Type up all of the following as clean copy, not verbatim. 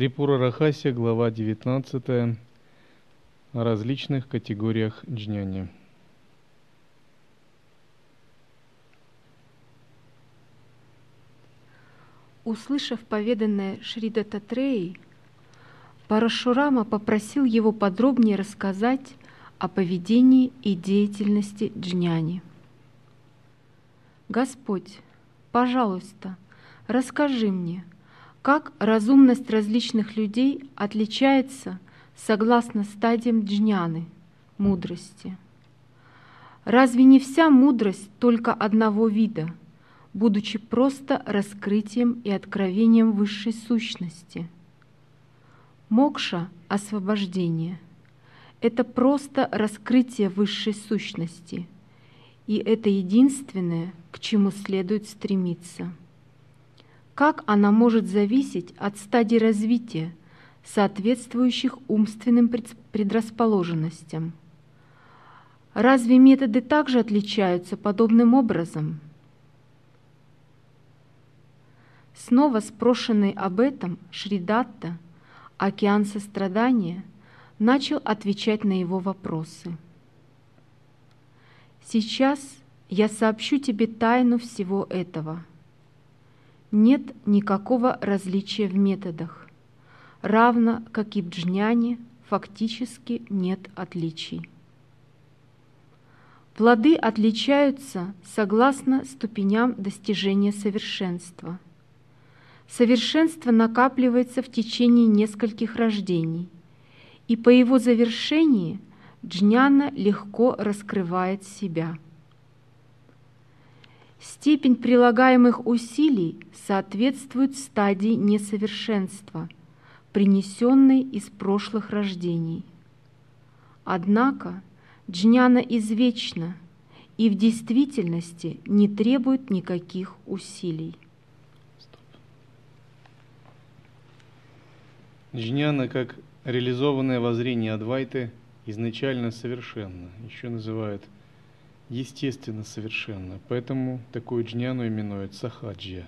Трипура Рахасия, глава 19, о различных категориях джняни. Услышав поведанное Шри Даттатреей, Парашурама попросил его подробнее рассказать о поведении и деятельности джняни. «Господь, пожалуйста, расскажи мне, как разумность различных людей отличается согласно стадиям джняны, мудрости. Разве не вся мудрость только одного вида, будучи просто раскрытием и откровением высшей сущности? Мокша, освобождение, это просто раскрытие высшей сущности, и это единственное, к чему следует стремиться. Как она может зависеть от стадий развития, соответствующих умственным предрасположенностям? Разве методы также отличаются подобным образом?» Снова спрошенный об этом, Шри Датта, океан сострадания, начал отвечать на его вопросы. «Сейчас я сообщу тебе тайну всего этого. Нет никакого различия в методах, равно как и в джняне фактически нет отличий. Плоды отличаются согласно ступеням достижения совершенства. Совершенство накапливается в течение нескольких рождений, и по его завершении джняна легко раскрывает себя. Степень прилагаемых усилий соответствует стадии несовершенства, принесенной из прошлых рождений. Однако джняна извечна и в действительности не требует никаких усилий». Джняна, как реализованное воззрение Адвайты, изначально совершенно, еще называют естественно совершенно, поэтому такую джняну именуют сахаджья.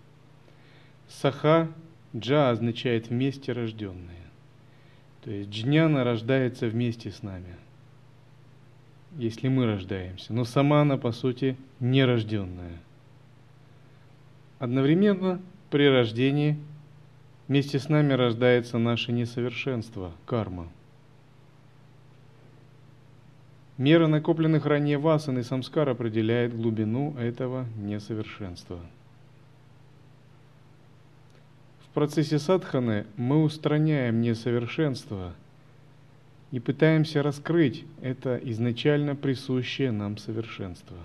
Саха-джа означает «вместе рожденные», то есть джняна рождается вместе с нами, если мы рождаемся, но сама она, по сути, нерожденная. Одновременно при рождении вместе с нами рождается наше несовершенство, карма. Мера накопленных ранее васан и самскар определяет глубину этого несовершенства. В процессе садханы мы устраняем несовершенство и пытаемся раскрыть это изначально присущее нам совершенство.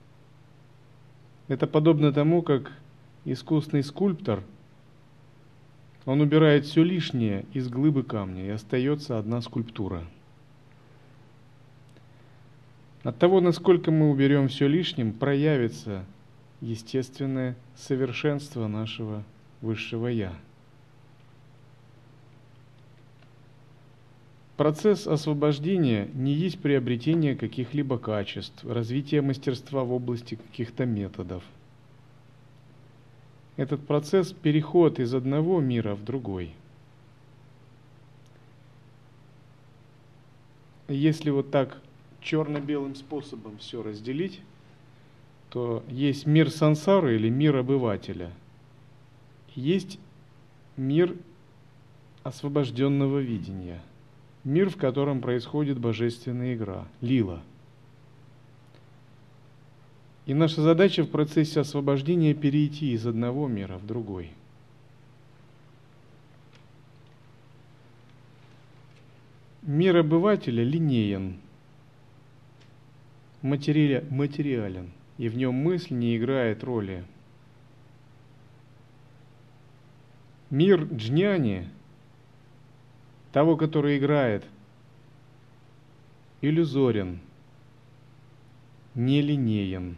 Это подобно тому, как искусный скульптор, он убирает все лишнее из глыбы камня, и остается одна скульптура. От того, насколько мы уберем все лишним, проявится естественное совершенство нашего высшего Я. Процесс освобождения не есть приобретение каких-либо качеств, развитие мастерства в области каких-то методов. Этот процесс – переход из одного мира в другой. Если вот так черно-белым способом все разделить, то есть мир сансары или мир обывателя, есть мир освобожденного видения, мир, в котором происходит божественная игра, лила. И наша задача в процессе освобождения перейти из одного мира в другой. Мир обывателя линеен, материален, и в нем мысль не играет роли. Мир джняни, того, который играет, иллюзорен, нелинеен.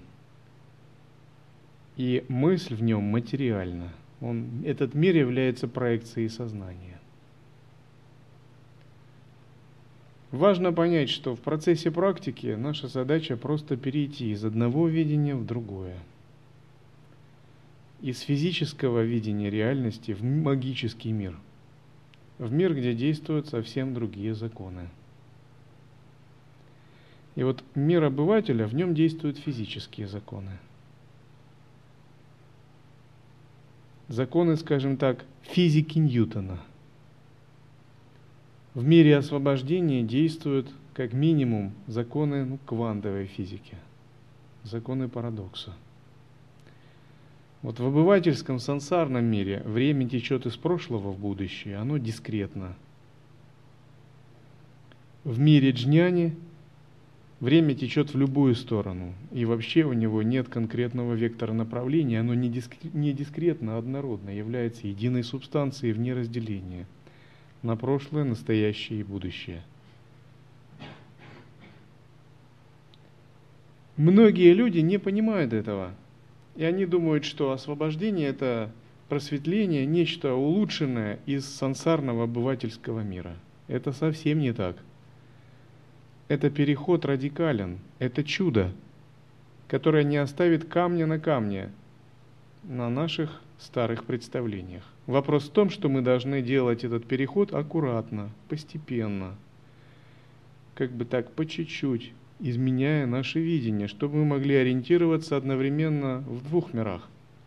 И мысль в нем материальна. Этот мир является проекцией сознания. Важно понять, что в процессе практики наша задача просто перейти из одного видения в другое. Из физического видения реальности в магический мир. в мир, где действуют совсем другие законы. И вот мир обывателя, в нем действуют физические законы. Законы, скажем так, физики Ньютона. В мире освобождения действуют как минимум законы квантовой физики, законы парадокса. Вот в обывательском сансарном мире время течет из прошлого в будущее, оно дискретно. В мире джняни время течет в любую сторону, и вообще у него нет конкретного вектора направления, оно не дискретно, а однородно, является единой субстанцией вне разделения на прошлое, настоящее и будущее. Многие люди не понимают этого, и они думают, что освобождение – это просветление, нечто улучшенное из сансарного обывательского мира. Это совсем не так. Это переход радикален, это чудо, которое не оставит камня на камне на наших старых представлениях. Вопрос в том, что мы должны делать этот переход аккуратно, постепенно, как бы так по чуть-чуть, изменяя наше видение, чтобы мы могли ориентироваться одновременно в двух мирах.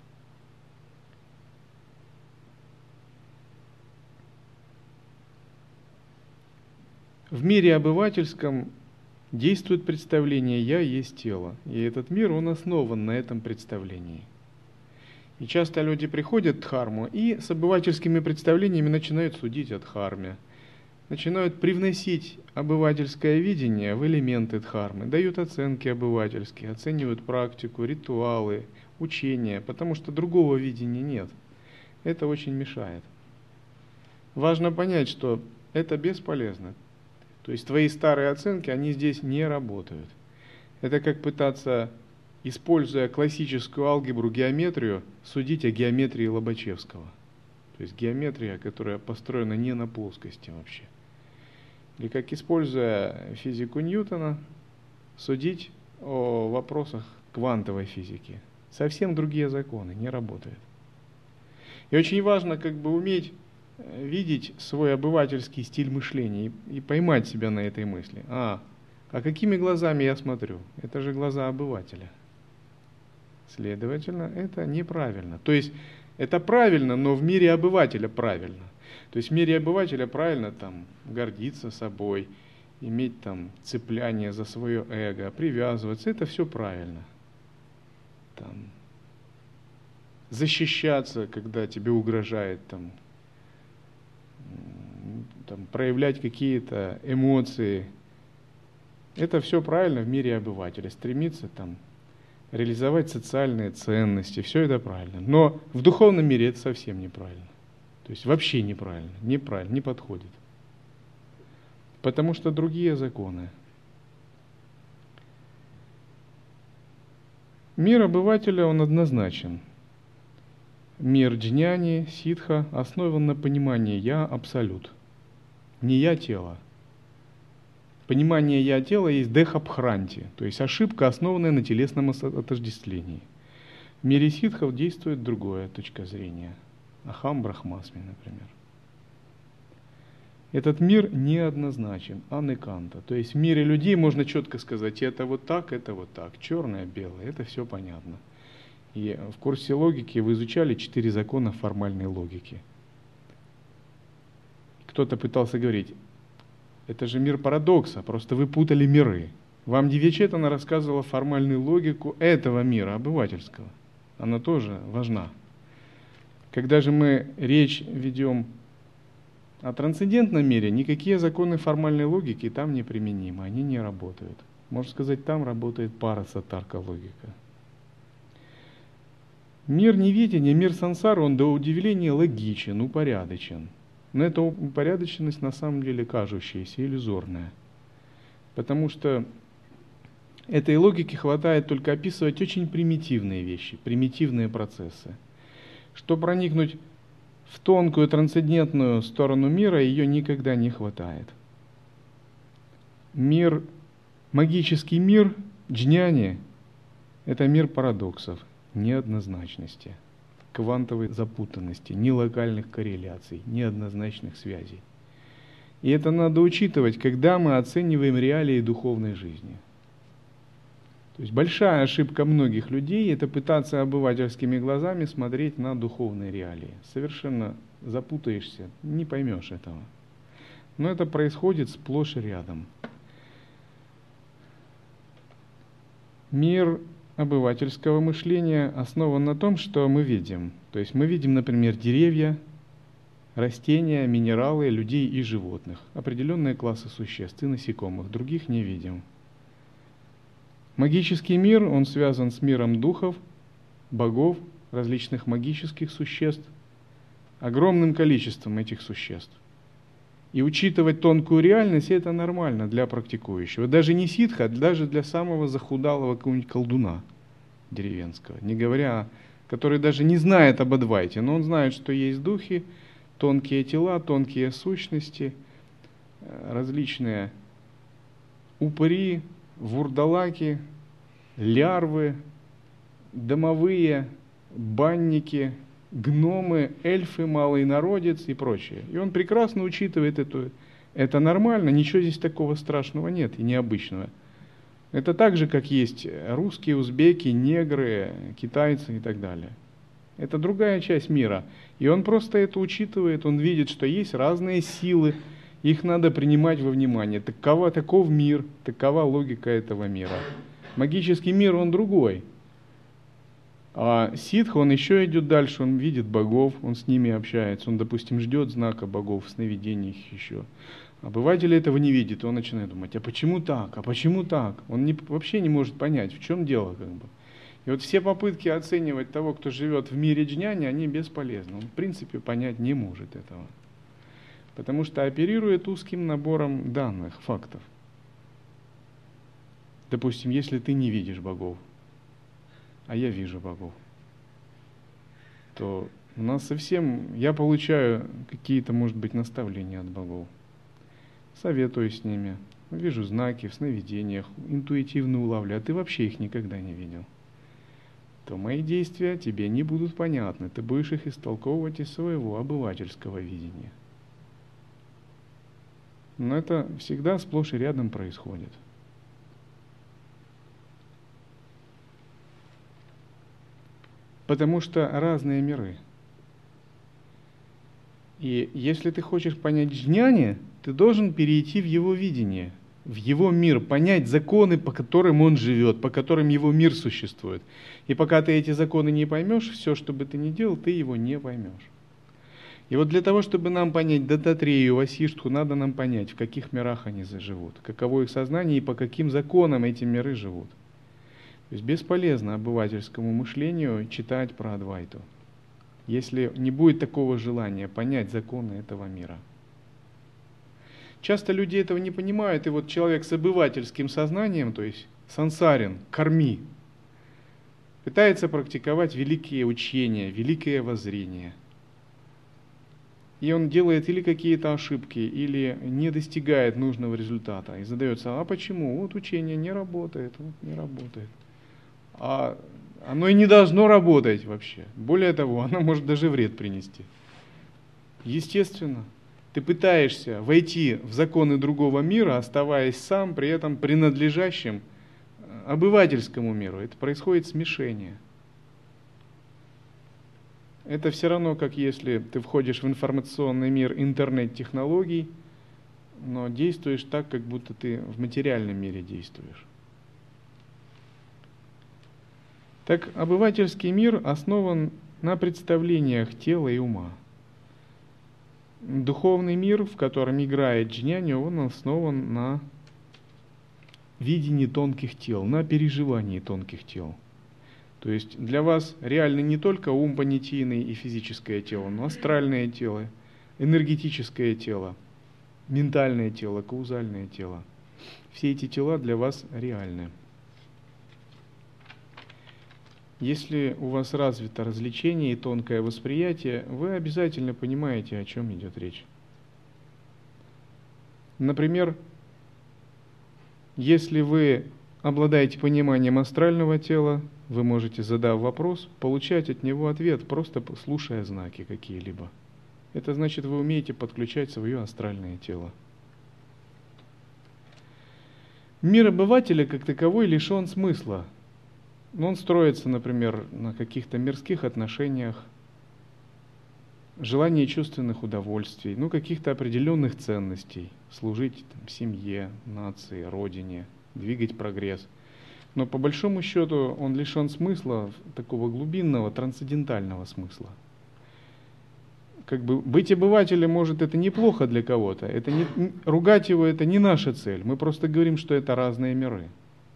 В мире обывательском действует представление «я есть тело», и этот мир, он основан на этом представлении. И часто люди приходят в дхарму и с обывательскими представлениями начинают судить о дхарме, начинают привносить обывательское видение в элементы дхармы, дают оценки обывательские, оценивают практику, ритуалы, учения, потому что другого видения нет. Это очень мешает. Важно понять, что это бесполезно. То есть твои старые оценки, они здесь не работают. Это как пытаться, используя классическую алгебру, геометрию, судить о геометрии Лобачевского. То есть геометрия, которая построена не на плоскости вообще. Или как, используя физику Ньютона, судить о вопросах квантовой физики. Совсем другие законы, не работают. И очень важно как бы уметь видеть свой обывательский стиль мышления и поймать себя на этой мысли. А какими глазами я смотрю? Это же глаза обывателя. Следовательно, это неправильно. То есть это правильно, но в мире обывателя правильно. То есть в мире обывателя правильно там гордиться собой, иметь там цепляние за свое эго, привязываться, это все правильно. Там, защищаться, когда тебе угрожает там, проявлять какие-то эмоции. Это все правильно в мире обывателя. Стремиться там реализовать социальные ценности, все это правильно. Но в духовном мире это совсем неправильно. То есть вообще неправильно, не подходит. Потому что другие законы. Мир обывателя, он однозначен. Мир джняни, ситха основан на понимании «я» – абсолют. Не «я» – тело. Понимание «я» – тело есть дехабхранти, то есть ошибка, основанная на телесном отождествлении. В мире ситхов действует другая точка зрения. Ахам брахмасми, например. Этот мир неоднозначен, анеканта. То есть в мире людей можно четко сказать, это вот так, черное, белое, это все понятно. И в курсе логики вы изучали 4 закона формальной логики. Кто-то пытался говорить, это же мир парадокса, просто вы путали миры. Вам Дивьячетана рассказывала формальную логику этого мира, обывательского. Она тоже важна. Когда же мы речь ведем о трансцендентном мире, никакие законы формальной логики там не применимы, они не работают. Можно сказать, там работает парасатарка логика. Мир неведения, мир сансары, он до удивления логичен, упорядочен. Но эта упорядоченность на самом деле кажущаяся, иллюзорная. Потому что этой логики хватает только описывать очень примитивные вещи, примитивные процессы. Чтобы проникнуть в тонкую трансцендентную сторону мира, ее никогда не хватает. Магический мир, джняни, это мир парадоксов, неоднозначности. квантовой запутанности, ни локальных корреляций, ни однозначных связей. И это надо учитывать, когда мы оцениваем реалии духовной жизни. То есть большая ошибка многих людей – это пытаться обывательскими глазами смотреть на духовные реалии. Совершенно запутаешься, не поймешь этого. Но это происходит сплошь и рядом. Мир обывательского мышления основан на том, что мы видим. То есть мы видим, например, деревья, растения, минералы, людей и животных, определенные классы существ и насекомых, других не видим. Магический мир, он связан с миром духов, богов, различных магических существ, огромным количеством этих существ. И учитывать тонкую реальность – это нормально для практикующего. Даже не ситха, даже для самого захудалого какого-нибудь колдуна деревенского. Не говоря, который даже не знает об Адвайте, но он знает, что есть духи, тонкие тела, тонкие сущности, различные упыри, вурдалаки, лярвы, домовые, банники, гномы, эльфы, малый народец и прочее. И он прекрасно учитывает это нормально, ничего здесь такого страшного нет и необычного. Это так же, как есть русские, узбеки, негры, китайцы и так далее. Это другая часть мира. И он просто это учитывает, он видит, что есть разные силы, их надо принимать во внимание. Таков мир, такова логика этого мира. Магический мир, он другой. А ситх, он еще идет дальше, он видит богов, он с ними общается, он, допустим, ждет знака богов, сновидений еще. Обыватель этого не видит, он начинает думать, а почему так, а почему так? Он вообще не может понять, в чем дело как бы. И вот все попытки оценивать того, кто живет в мире джняни, они бесполезны. Он в принципе понять не может этого. Потому что оперирует узким набором данных, фактов. Допустим, если ты не видишь богов, а я вижу богов, то у нас совсем, я получаю какие-то, может быть, наставления от богов, советуюсь с ними, вижу знаки в сновидениях, интуитивно улавливаю, а ты вообще их никогда не видел, то мои действия тебе не будут понятны, ты будешь их истолковывать из своего обывательского видения. Но это всегда сплошь и рядом происходит. Потому что разные миры. И если ты хочешь понять джняни, ты должен перейти в его видение, в его мир, понять законы, по которым он живет, по которым его мир существует. И пока ты эти законы не поймешь, все, что бы ты ни делал, ты его не поймешь. И вот для того, чтобы нам понять Дататрею, Васиштху, надо нам понять, в каких мирах они заживут, каково их сознание и по каким законам эти миры живут. То есть бесполезно обывательскому мышлению читать про Адвайту, если не будет такого желания понять законы этого мира. Часто люди этого не понимают, и вот человек с обывательским сознанием, то есть сансарин, карми, пытается практиковать великие учения, великое воззрение. И он делает или какие-то ошибки, или не достигает нужного результата. И задается, а почему? Вот учение не работает, вот не работает. А оно и не должно работать вообще. Более того, оно может даже вред принести. Естественно, ты пытаешься войти в законы другого мира, оставаясь сам, при этом принадлежащим обывательскому миру. Это происходит смешение. Это все равно, как если ты входишь в информационный мир интернет-технологий, но действуешь так, как будто ты в материальном мире действуешь. Так, обывательский мир основан на представлениях тела и ума. Духовный мир, в котором играет джняни, он основан на видении тонких тел, на переживании тонких тел. То есть для вас реально не только ум понятийный и физическое тело, но астральное тело, энергетическое тело, ментальное тело, каузальное тело. Все эти тела для вас реальны. Если у вас развито развлечение и тонкое восприятие, вы обязательно понимаете, о чем идет речь. Например, если вы обладаете пониманием астрального тела, вы можете, задав вопрос, получать от него ответ, просто слушая знаки какие-либо. Это значит, вы умеете подключать свое астральное тело. Мир обывателя как таковой лишен смысла. Он строится, например, на каких-то мирских отношениях, желании чувственных удовольствий, каких-то определенных ценностей, служить семье, нации, родине, двигать прогресс. Но по большому счету он лишен смысла, такого глубинного, трансцендентального смысла. Быть обывателем, может, это неплохо для кого-то, ругать его это не наша цель, мы просто говорим, что это разные миры.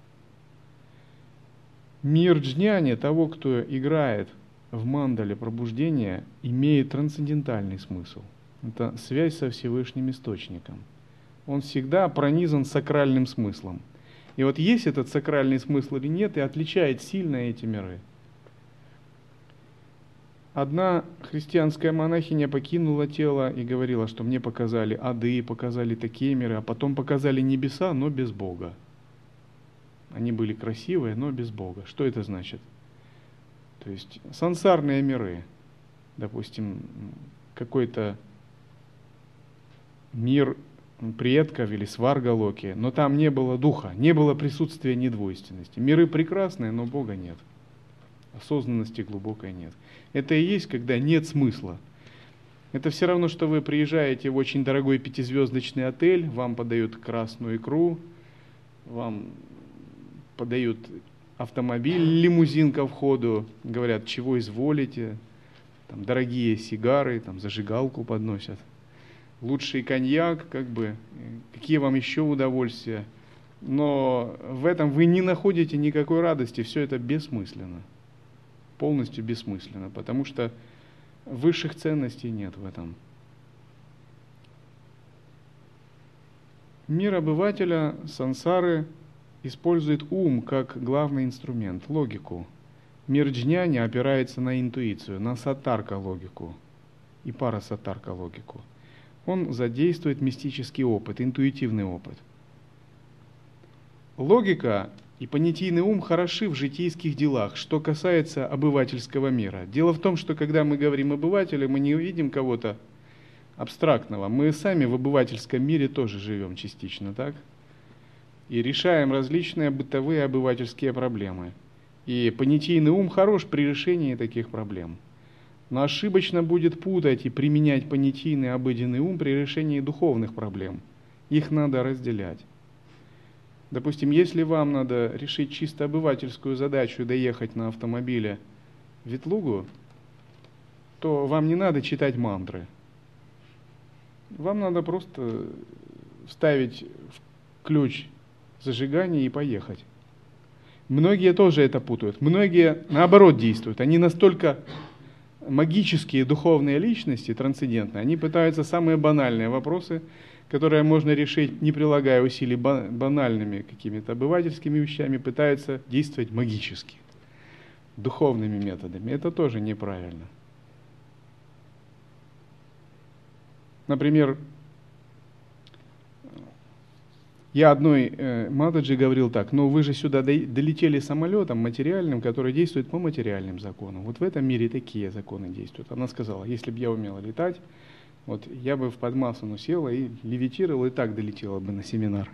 Мир джняни, того, кто играет в мандале пробуждения, имеет трансцендентальный смысл. Это связь со Всевышним Источником. Он всегда пронизан сакральным смыслом. И вот есть этот сакральный смысл или нет, и отличает сильно эти миры. Одна христианская монахиня покинула тело и говорила, что мне показали ады, показали такие миры, а потом показали небеса, но без Бога. Они были красивые, но без Бога. Что это значит? То есть сансарные миры, допустим, какой-то мир предков или сваргалоки, но там не было духа, не было присутствия недвойственности. Миры прекрасные, но Бога нет. Осознанности глубокой нет. Это и есть, когда нет смысла. Это все равно, что вы приезжаете в очень дорогой 5-звездочный отель, вам подают красную икру, вам подают автомобиль, лимузин ко входу, говорят, чего изволите, там дорогие сигары, там зажигалку подносят, лучший коньяк, какие вам еще удовольствия. Но в этом вы не находите никакой радости, все это бессмысленно, полностью бессмысленно, потому что высших ценностей нет в этом. Мир обывателя, сансары, использует ум как главный инструмент, логику. Мир джняни опирается на интуицию, на сатарка-логику и парасатарка-логику. Он задействует мистический опыт, интуитивный опыт. Логика и понятийный ум хороши в житейских делах, что касается обывательского мира. Дело в том, что когда мы говорим обывателя, мы не видим кого-то абстрактного. Мы сами в обывательском мире тоже живем частично, так? И решаем различные бытовые обывательские проблемы. И понятийный ум хорош при решении таких проблем. Но ошибочно будет путать и применять понятийный обыденный ум при решении духовных проблем. Их надо разделять. Допустим, если вам надо решить чисто обывательскую задачу и доехать на автомобиле в Ветлугу, то вам не надо читать мантры. Вам надо просто вставить в ключ зажигание и поехать. Многие тоже это путают. Многие наоборот действуют. Они настолько магические духовные личности, трансцендентные, они пытаются самые банальные вопросы, которые можно решить, не прилагая усилий, банальными какими-то обывательскими вещами, пытаются действовать магически, духовными методами. Это тоже неправильно. Например, я одной Матаджи говорил так: вы же сюда долетели самолетом материальным, который действует по материальным законам. Вот в этом мире такие законы действуют. Она сказала, если бы я умела летать, я бы в Падмасану села и левитировала, и так долетела бы на семинар.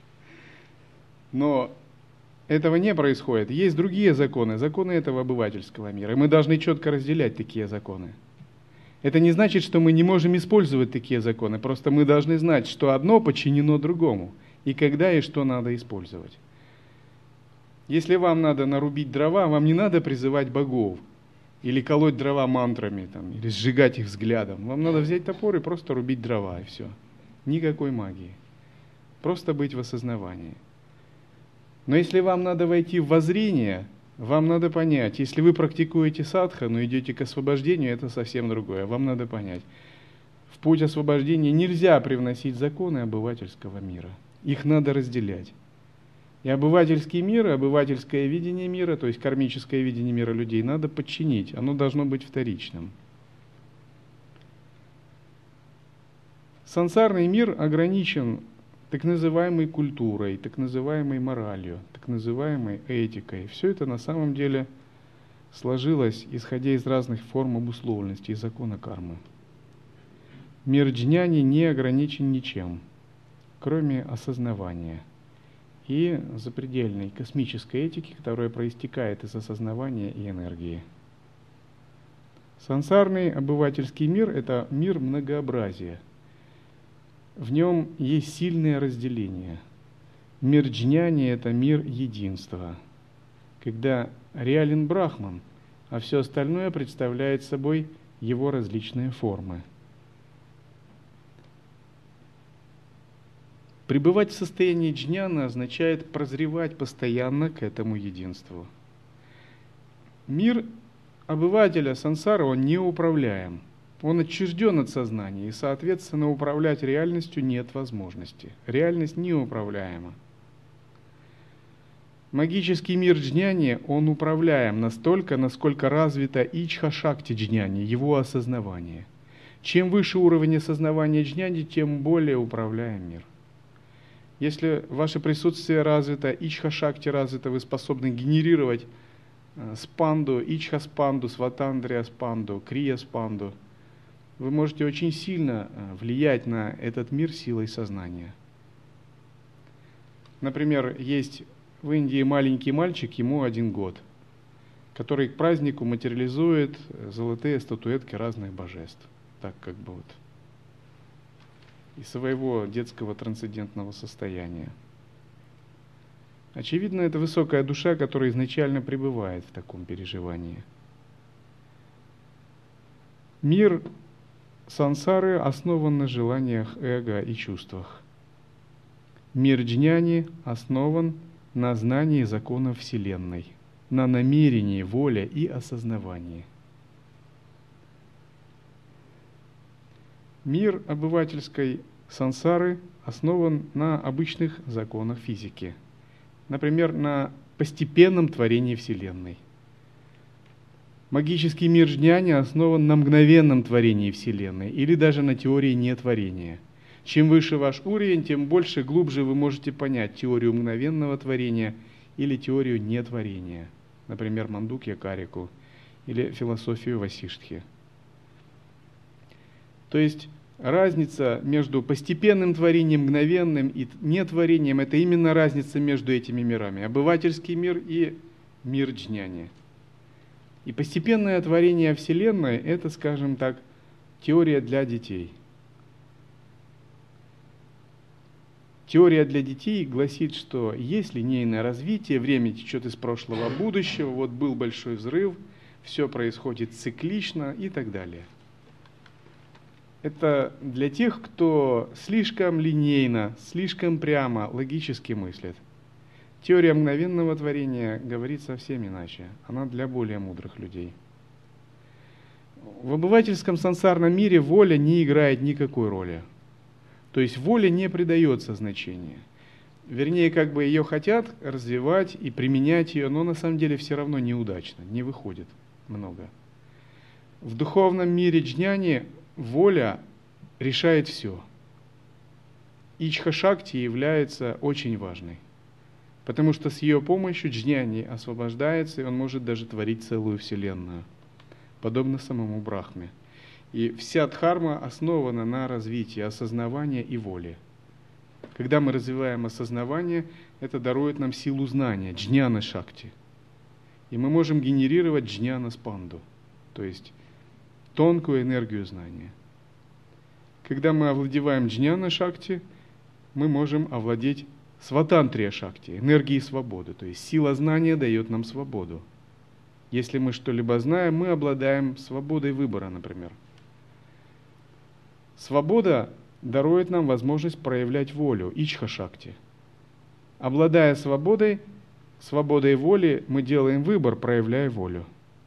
Но этого не происходит. Есть другие законы, законы этого обывательского мира. И мы должны четко разделять такие законы. Это не значит, что мы не можем использовать такие законы, просто мы должны знать, что одно подчинено другому. И когда и что надо использовать. Если вам надо нарубить дрова, вам не надо призывать богов, или колоть дрова мантрами, или сжигать их взглядом. Вам надо взять топор и просто рубить дрова, и все. Никакой магии. Просто быть в осознавании. Но если вам надо войти в воззрение, вам надо понять, если вы практикуете садхану, идете к освобождению, это совсем другое. Вам надо понять, в путь освобождения нельзя привносить законы обывательского мира. Их надо разделять. И обывательский мир, обывательское видение мира, то есть кармическое видение мира людей, надо подчинить. Оно должно быть вторичным. Сансарный мир ограничен так называемой культурой, так называемой моралью, так называемой этикой. Все это на самом деле сложилось, исходя из разных форм обусловленности и закона кармы. Мир джняни не ограничен ничем, кроме осознавания и запредельной космической этики, которая проистекает из осознавания и энергии. Сансарный обывательский мир – это мир многообразия. В нем есть сильное разделение. Мир джняни – это мир единства, когда реален Брахман, а все остальное представляет собой его различные формы. Пребывать в состоянии джняна означает прозревать постоянно к этому единству. Мир обывателя сансары, он неуправляем. Он отчужден от сознания, и, соответственно, управлять реальностью нет возможности. Реальность неуправляема. Магический мир джняни, он управляем настолько, насколько развито ичха-шакти джняни, его осознавание. Чем выше уровень осознавания джняни, тем более управляем мир. Если ваше присутствие развито, ичха-шакти развито, вы способны генерировать спанду, ичха-спанду, сватандрия-спанду, крия-спанду, вы можете очень сильно влиять на этот мир силой сознания. Например, есть в Индии маленький мальчик, ему 1 год, который к празднику материализует золотые статуэтки разных божеств. Так как бы вот из своего детского трансцендентного состояния. Очевидно, это высокая душа, которая изначально пребывает в таком переживании. Мир сансары основан на желаниях эго и чувствах. Мир джняни основан на знании законов Вселенной, на намерении, воле и осознавании. Мир обывательской сансары основан на обычных законах физики, например, на постепенном творении Вселенной. Магический мир джняни основан на мгновенном творении Вселенной или даже на теории нетворения. Чем выше ваш уровень, тем больше, глубже вы можете понять теорию мгновенного творения или теорию нетворения, например, Мандукья Карику или философию Васиштхи. То есть разница между постепенным творением, мгновенным и нетворением – это именно разница между этими мирами. Обывательский мир и мир джняни. И постепенное творение Вселенной – это, скажем так, теория для детей. Теория для детей гласит, что есть линейное развитие, время течет из прошлого в будущее, вот был большой взрыв, все происходит циклично и так далее. Это для тех, кто слишком линейно, слишком прямо, логически мыслит. Теория мгновенного творения говорит совсем иначе. Она для более мудрых людей. В обывательском сансарном мире воля не играет никакой роли. То есть воле не придается значения. Вернее, как бы ее хотят развивать и применять ее, но на самом деле все равно неудачно, не выходит много. В духовном мире джняни воля решает все. Ичха-шакти является очень важной, потому что с ее помощью джняни освобождается, и он может даже творить целую вселенную, подобно самому Брахме. И вся дхарма основана на развитии осознавания и воли. Когда мы развиваем осознавание, это дарует нам силу знания, джняна-шакти. И мы можем генерировать джняна-спанду, то есть тонкую энергию знания. Когда мы овладеваем джняна-шакти, мы можем овладеть сватантрия-шакти, энергией свободы, то есть сила знания дает нам свободу. Если мы что-либо знаем, мы обладаем свободой выбора, например. Свобода дарует нам возможность проявлять волю, ичха-шакти. Обладая свободой воли, мы делаем выбор, проявляя волю.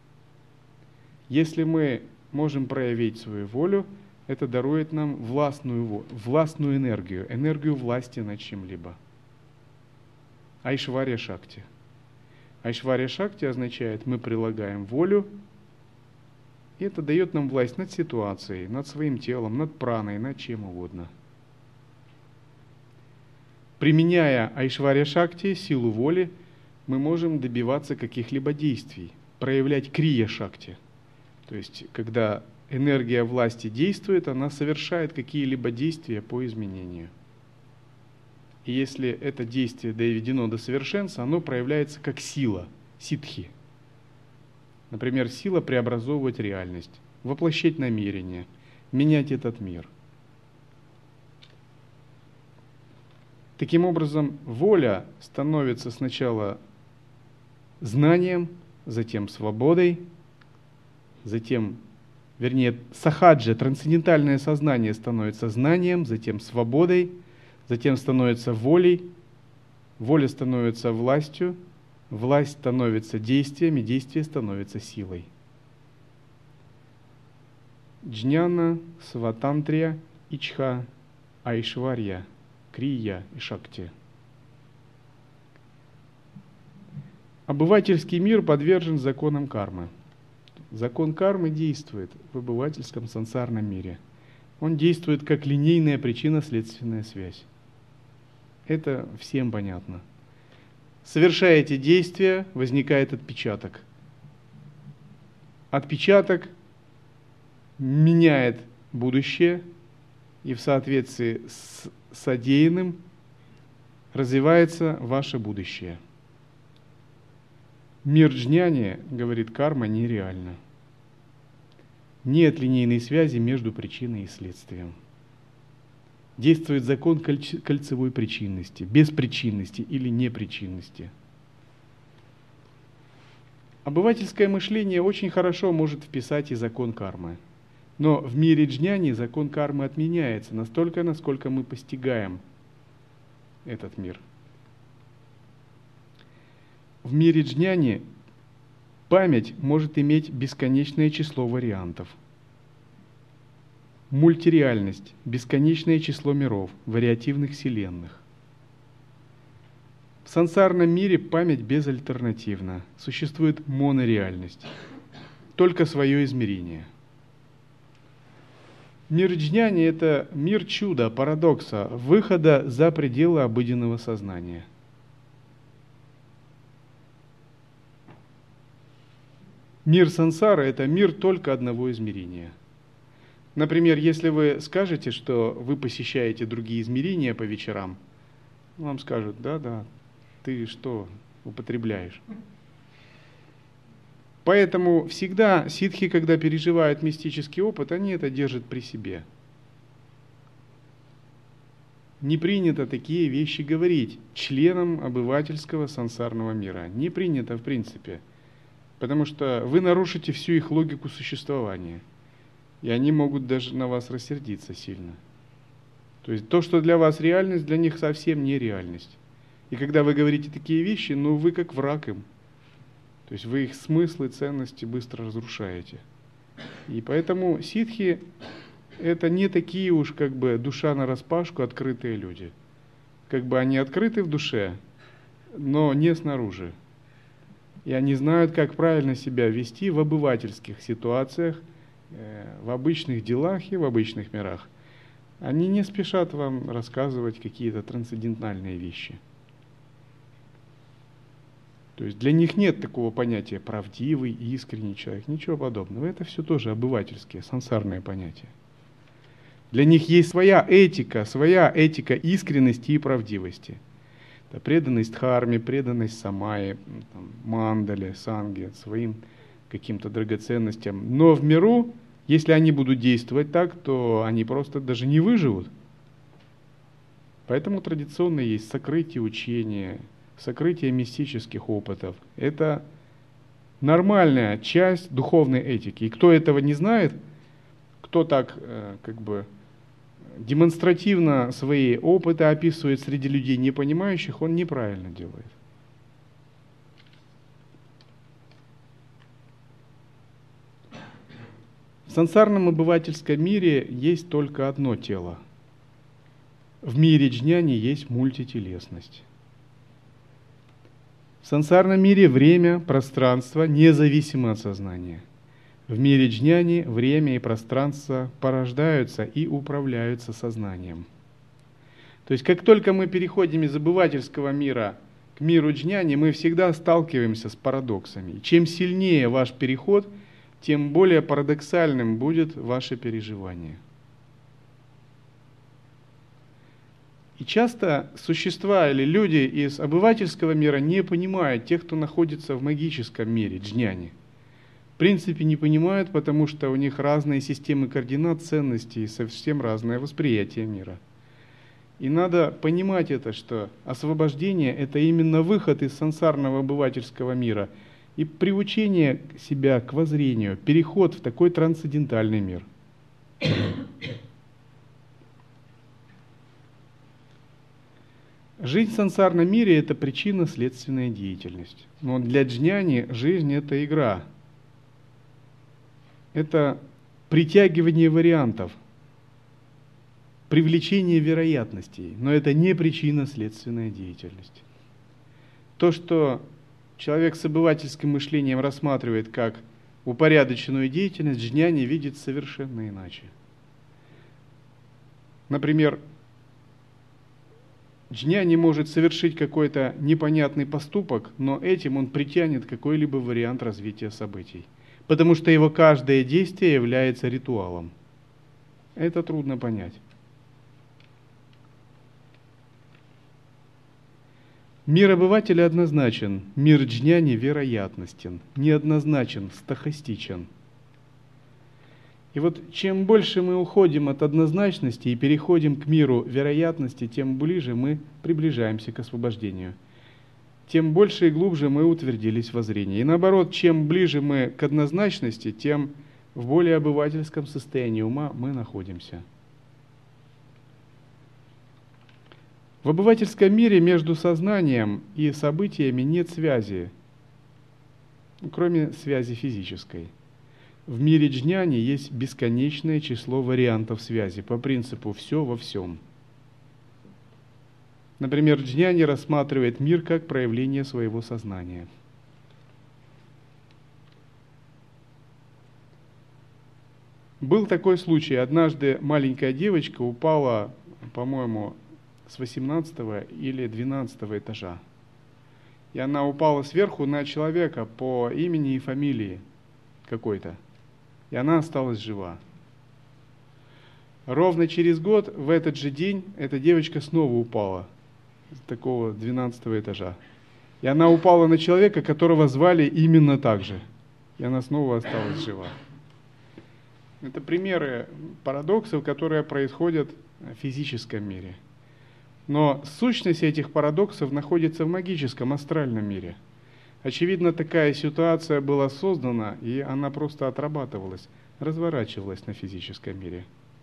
Если мы можем проявить свою волю, это дарует нам властную энергию, энергию власти над чем-либо. Айшварья-шакти. Айшварья-шакти означает, мы прилагаем волю, и это дает нам власть над ситуацией, над своим телом, над праной, над чем угодно. Применяя Айшварья Шакти, силу воли, мы можем добиваться каких-либо действий, проявлять Крия Шакти. То есть, когда энергия власти действует, она совершает какие-либо действия по изменению. И если это действие доведено до совершенства, оно проявляется как сила, ситхи. Например, сила преобразовывать реальность, воплощать намерения, менять этот мир. Таким образом, воля становится сначала знанием, затем свободой, затем, сахаджа, трансцендентальное сознание становится знанием, затем свободой, затем становится волей, воля становится властью, власть становится действием, и действие становится силой. Джняна, сватантрия, ичха, айшварья, крия и шакти. Обывательский мир подвержен законам кармы. Закон кармы действует в обывательском сансарном мире. Он действует как линейная причинно-следственная связь. Это всем понятно. Совершаете действие, возникает отпечаток. Отпечаток меняет будущее, и в соответствии с содеянным развивается ваше будущее. Мир джняни, говорит карма, нереально. Нет линейной связи между причиной и следствием. Действует закон кольцевой причинности, беспричинности или непричинности. Обывательское мышление очень хорошо может вписать и закон кармы. Но в мире джняни закон кармы отменяется настолько, насколько мы постигаем этот мир. В мире джняни память может иметь бесконечное число вариантов. Мультиреальность – бесконечное число миров, вариативных вселенных. В сансарном мире память безальтернативна. Существует монореальность, только свое измерение. Мир джняни – это мир чуда, парадокса, выхода за пределы обыденного сознания. Мир сансары – это мир только одного измерения. Например, если вы скажете, что вы посещаете другие измерения по вечерам, вам скажут: да, ты что употребляешь? Поэтому всегда ситхи, когда переживают мистический опыт, они это держат при себе. Не принято такие вещи говорить членам обывательского сансарного мира. Не принято в принципе. Потому что вы нарушите всю их логику существования. И они могут даже на вас рассердиться сильно. То есть то, что для вас реальность, для них совсем не реальность. И когда вы говорите такие вещи, вы как враг им. То есть вы их смыслы, ценности быстро разрушаете. И поэтому ситхи – это не такие уж душа нараспашку открытые люди. Они открыты в душе, но не снаружи. И они знают, как правильно себя вести в обывательских ситуациях, в обычных делах и в обычных мирах. Они не спешат вам рассказывать какие-то трансцендентальные вещи. То есть для них нет такого понятия правдивый, искренний человек, ничего подобного. Это все тоже обывательские, сансарные понятия. Для них есть своя этика искренности и правдивости. Это преданность дхарме, преданность самайе, мандале, санге, своим каким-то драгоценностям. Но в миру, если они будут действовать так, то они просто даже не выживут. Поэтому традиционно есть сокрытие учения, сокрытие мистических опытов. Это нормальная часть духовной этики. И кто этого не знает, кто так демонстративно свои опыты описывает среди людей не понимающих, он неправильно делает. В сансарном обывательском мире есть только одно тело. В мире джняни есть мультителесность. В сансарном мире время, пространство независимо от сознания. В мире джняни время и пространство порождаются и управляются сознанием. То есть, как только мы переходим из обывательского мира к миру джняни, мы всегда сталкиваемся с парадоксами. И чем сильнее ваш переход, тем более парадоксальным будет ваше переживание. И часто существа или люди из обывательского мира не понимают тех, кто находится в магическом мире, джняни. В принципе, не понимают, потому что у них разные системы координат, ценностей и совсем разное восприятие мира. И надо понимать это, что освобождение – это именно выход из сансарного обывательского мира и приучение себя к воззрению, переход в такой трансцендентальный мир. Жизнь в сансарном мире – это причинно-следственная деятельность. Но для джняни жизнь – это игра. Это притягивание вариантов, привлечение вероятностей, но это не причинно-следственная деятельность. То, что человек с обывательским мышлением рассматривает как упорядоченную деятельность, джняни видит совершенно иначе. Например, джняни может совершить какой-то непонятный поступок, но этим он притянет какой-либо вариант развития событий, потому что его каждое действие является ритуалом. Это трудно понять. Мир обывателя однозначен, мир джняни вероятностен, неоднозначен, стохастичен. И вот чем больше мы уходим от однозначности и переходим к миру вероятности, тем ближе мы приближаемся к освобождению. Тем больше и глубже мы утвердились во зрении. И наоборот, чем ближе мы к однозначности, тем в более обывательском состоянии ума мы находимся. В обывательском мире между сознанием и событиями нет связи, кроме связи физической. В мире джняни есть бесконечное число вариантов связи по принципу «все во всем». Например, джняни рассматривает мир как проявление своего сознания. Был такой случай. Однажды маленькая девочка упала, по-моему, с 18 или 12 этажа. И она упала сверху на человека по имени и фамилии какой-то. И она осталась жива. Ровно через год, в этот же день, эта девочка снова упала с такого 12 этажа. И она упала на человека, которого звали именно так же. И она снова осталась жива. Это примеры парадоксов, которые происходят в физическом мире. Но сущность этих парадоксов находится в магическом, астральном мире. Очевидно, такая ситуация была создана, и она просто отрабатывалась, разворачивалась на физическом мире.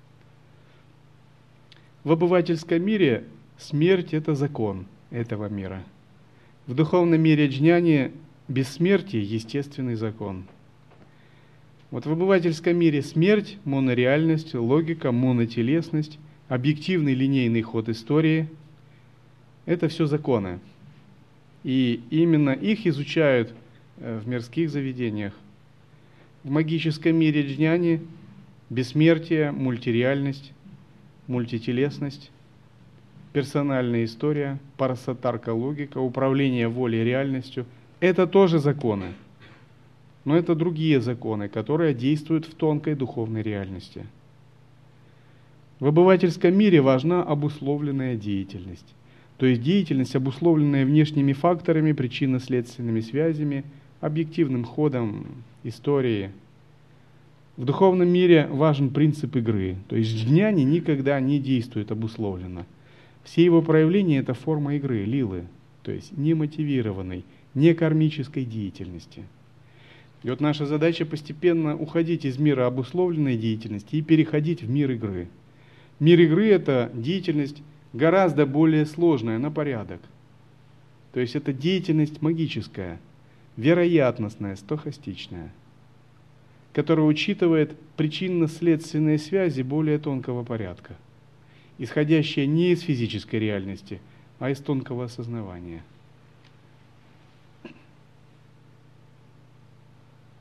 В обывательском мире смерть – это закон этого мира. В духовном мире джняни бессмертие – естественный закон. Вот в обывательском мире смерть, монореальность, логика, монотелесность, объективный линейный ход истории – это все законы. И именно их изучают в мирских заведениях. В магическом мире джняни бессмертие, мультиреальность, мультителесность, персональная история, парасатарка логика, управление волей реальностью – это тоже законы. Но это другие законы, которые действуют в тонкой духовной реальности. В обывательском мире важна обусловленная деятельность, то есть деятельность, обусловленная внешними факторами, причинно-следственными связями, объективным ходом истории. В духовном мире важен принцип игры, то есть джняни никогда не действует обусловленно. Все его проявления – это форма игры, лилы, то есть немотивированной, некармической деятельности. И вот наша задача постепенно уходить из мира обусловленной деятельности и переходить в мир игры. Мир игры – это деятельность гораздо более сложная на порядок. То есть это деятельность магическая, вероятностная, стохастичная, которая учитывает причинно-следственные связи более тонкого порядка, исходящие не из физической реальности, а из тонкого осознавания.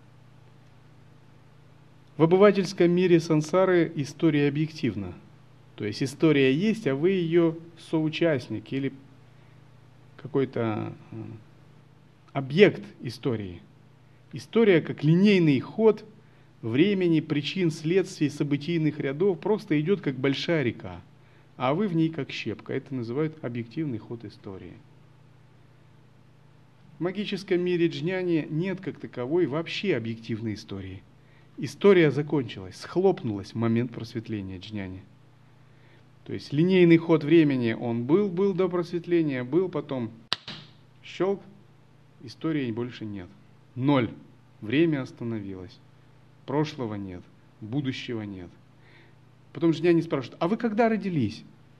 В обывательском мире сансары история объективна. То есть история есть, а вы ее соучастник или какой-то объект истории. История как линейный ход времени, причин, следствий, событийных рядов просто идет как большая река, а вы в ней как щепка. Это называют объективный ход истории. В магическом мире джняни нет как таковой вообще объективной истории. История закончилась, схлопнулась в момент просветления джняни. То есть линейный ход времени, он был до просветления, был, потом щелк, истории больше нет. Ноль. Время остановилось. Прошлого нет, будущего нет. Потом джняни спрашивают: а вы когда родились?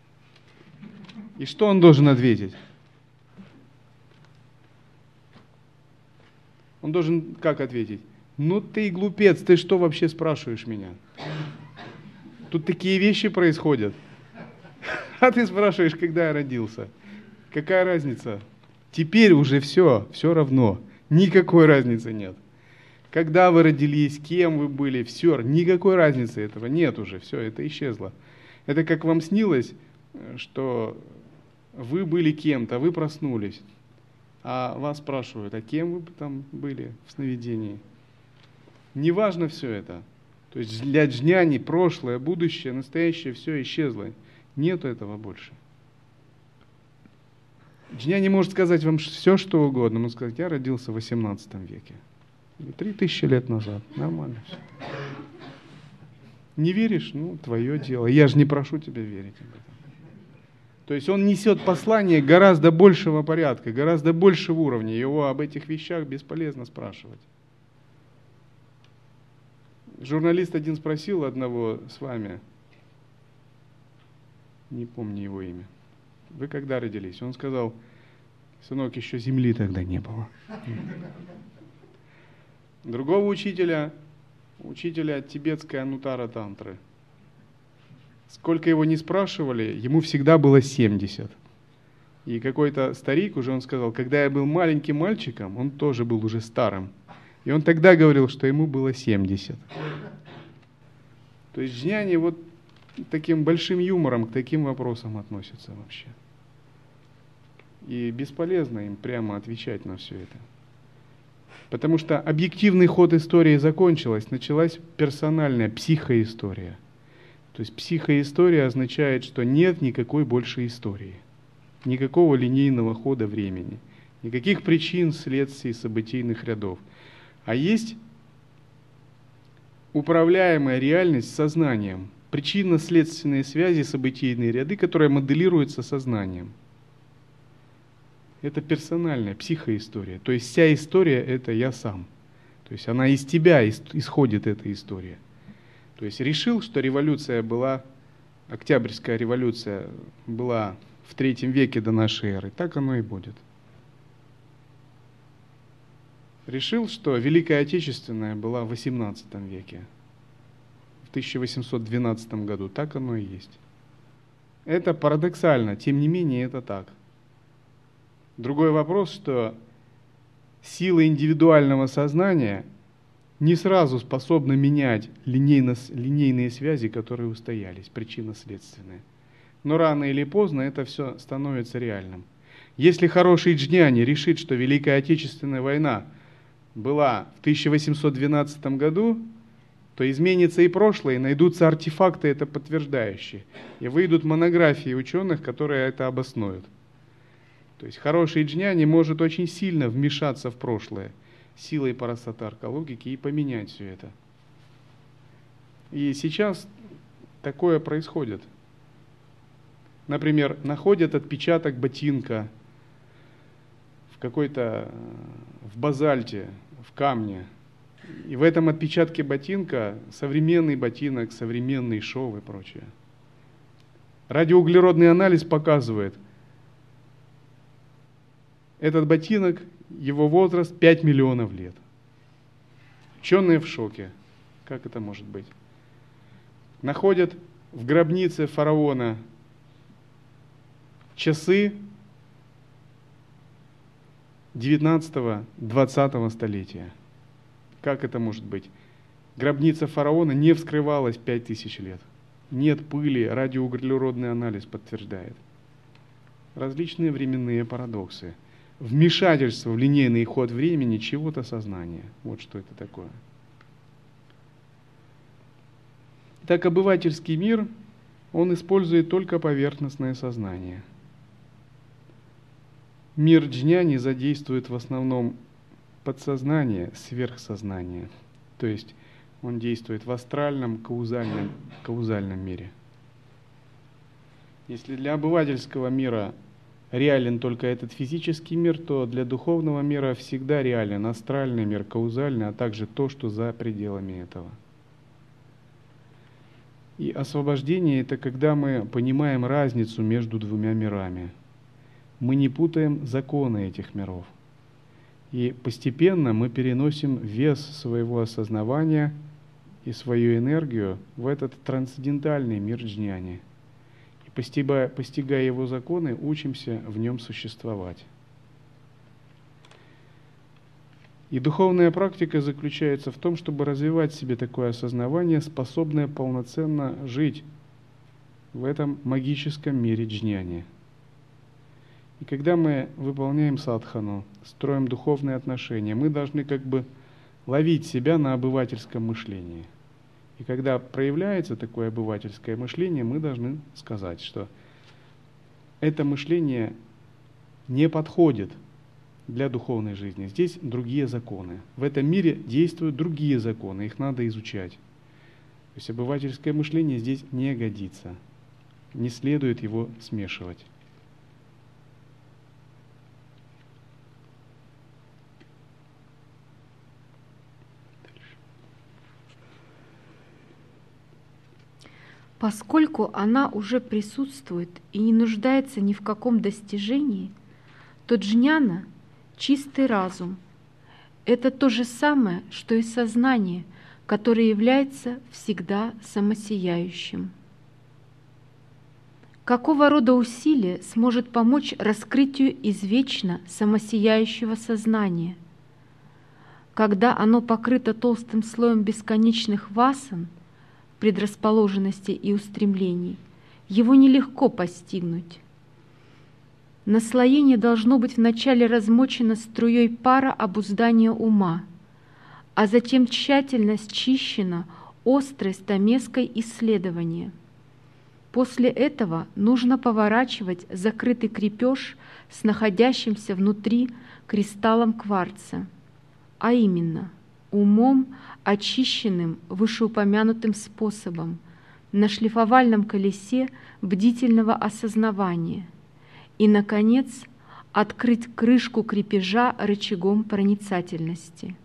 И что он должен ответить? Он должен как ответить? Ну ты глупец, ты что вообще спрашиваешь меня? Тут такие вещи происходят. А ты спрашиваешь, когда я родился. Какая разница? Теперь уже все равно. Никакой разницы нет. Когда вы родились, кем вы были, все, никакой разницы этого нет уже, все, это исчезло. Это как вам снилось, что вы были кем-то, вы проснулись, а вас спрашивают: а кем вы там были в сновидении? Неважно все это. То есть для джняни прошлое, будущее, настоящее все исчезло. Нету этого больше. Джняни может сказать вам все, что угодно. Может сказать: я родился в 18 веке. 3000 лет назад. Нормально все. Не веришь? Ну, твое дело. Я же не прошу тебя верить об этом. То есть он несет послание гораздо большего порядка, гораздо большего уровня. Его об этих вещах бесполезно спрашивать. Журналист один спросил одного с вами, не помню его имя: вы когда родились? Он сказал: сынок, еще земли тогда не было. Другого учителя тибетской анутара тантры. Сколько его не спрашивали, ему всегда было 70. И какой-то старик уже, он сказал: когда я был маленьким мальчиком, он тоже был уже старым. И он тогда говорил, что ему было 70. То есть джняни вот таким большим юмором к таким вопросам относятся вообще. И бесполезно им прямо отвечать на все это. Потому что объективный ход истории закончилась, началась персональная психоистория. То есть психоистория означает, что нет никакой больше истории, никакого линейного хода времени, никаких причин, следствий, событийных рядов. А есть управляемая реальность сознанием, причинно-следственные связи, событийные ряды, которые моделируются сознанием. Это персональная психоистория. То есть вся история — это я сам. То есть она из тебя исходит, эта история. То есть решил, что революция была, Октябрьская революция была в III веке до нашей эры, так оно и будет. Решил, что Великая Отечественная была в XVIII веке, в 1812 году, так оно и есть. Это парадоксально, тем не менее это так. Другой вопрос, что сила индивидуального сознания не сразу способна менять линейные связи, которые устоялись, причинно-следственные. Но рано или поздно это все становится реальным. Если хороший джняни решит, что Великая Отечественная война была в 1812 году, то изменится и прошлое, и найдутся артефакты, это подтверждающие. И выйдут монографии ученых, которые это обоснуют. То есть хороший джняни может очень сильно вмешаться в прошлое силой парасатарка логики и поменять все это. И сейчас такое происходит. Например, находят отпечаток ботинка в базальте, в камне. И в этом отпечатке ботинка современный ботинок, современный шов и прочее. Радиоуглеродный анализ показывает, этот ботинок, его возраст 5 миллионов лет. Ученые в шоке. Как это может быть? Находят в гробнице фараона часы 19-20 столетия. Как это может быть? Гробница фараона не вскрывалась 5000 лет. нет пыли, радиоуглеродный анализ подтверждает. Различные временные парадоксы. Вмешательство в линейный ход времени чего-то сознания. Вот что это такое. Итак, обывательский мир, он использует только поверхностное сознание. Мир джняни задействует в основном подсознание, сверхсознание. То есть он действует в астральном, каузальном мире. Если для обывательского мира реален только этот физический мир, то для духовного мира всегда реален астральный мир, каузальный, а также то, что за пределами этого. И освобождение – это когда мы понимаем разницу между двумя мирами. Мы не путаем законы этих миров. И постепенно мы переносим вес своего осознавания и свою энергию в этот трансцендентальный мир джняни. И постигая его законы, учимся в нем существовать. И духовная практика заключается в том, чтобы развивать в себе такое осознавание, способное полноценно жить в этом магическом мире джняни. И когда мы выполняем садхану, строим духовные отношения, мы должны как бы ловить себя на обывательском мышлении. И когда проявляется такое обывательское мышление, мы должны сказать, что это мышление не подходит для духовной жизни. Здесь другие законы. В этом мире действуют другие законы, их надо изучать. То есть обывательское мышление здесь не годится. Не следует его смешивать. Поскольку она уже присутствует и не нуждается ни в каком достижении, то джняна — чистый разум. Это то же самое, что и сознание, которое является всегда самосияющим. Какого рода усилие сможет помочь раскрытию извечно самосияющего сознания? Когда оно покрыто толстым слоем бесконечных васан, предрасположенностей и устремлений, его нелегко постигнуть. Наслоение должно быть вначале размочено струей пара обуздания ума, а затем тщательно счищено острой стамеской исследования. После этого нужно поворачивать закрытый крепеж с находящимся внутри кристаллом кварца, а именно умом, очищенным вышеупомянутым способом, на шлифовальном колесе бдительного осознавания, и, наконец, открыть крышку крепежа рычагом проницательности.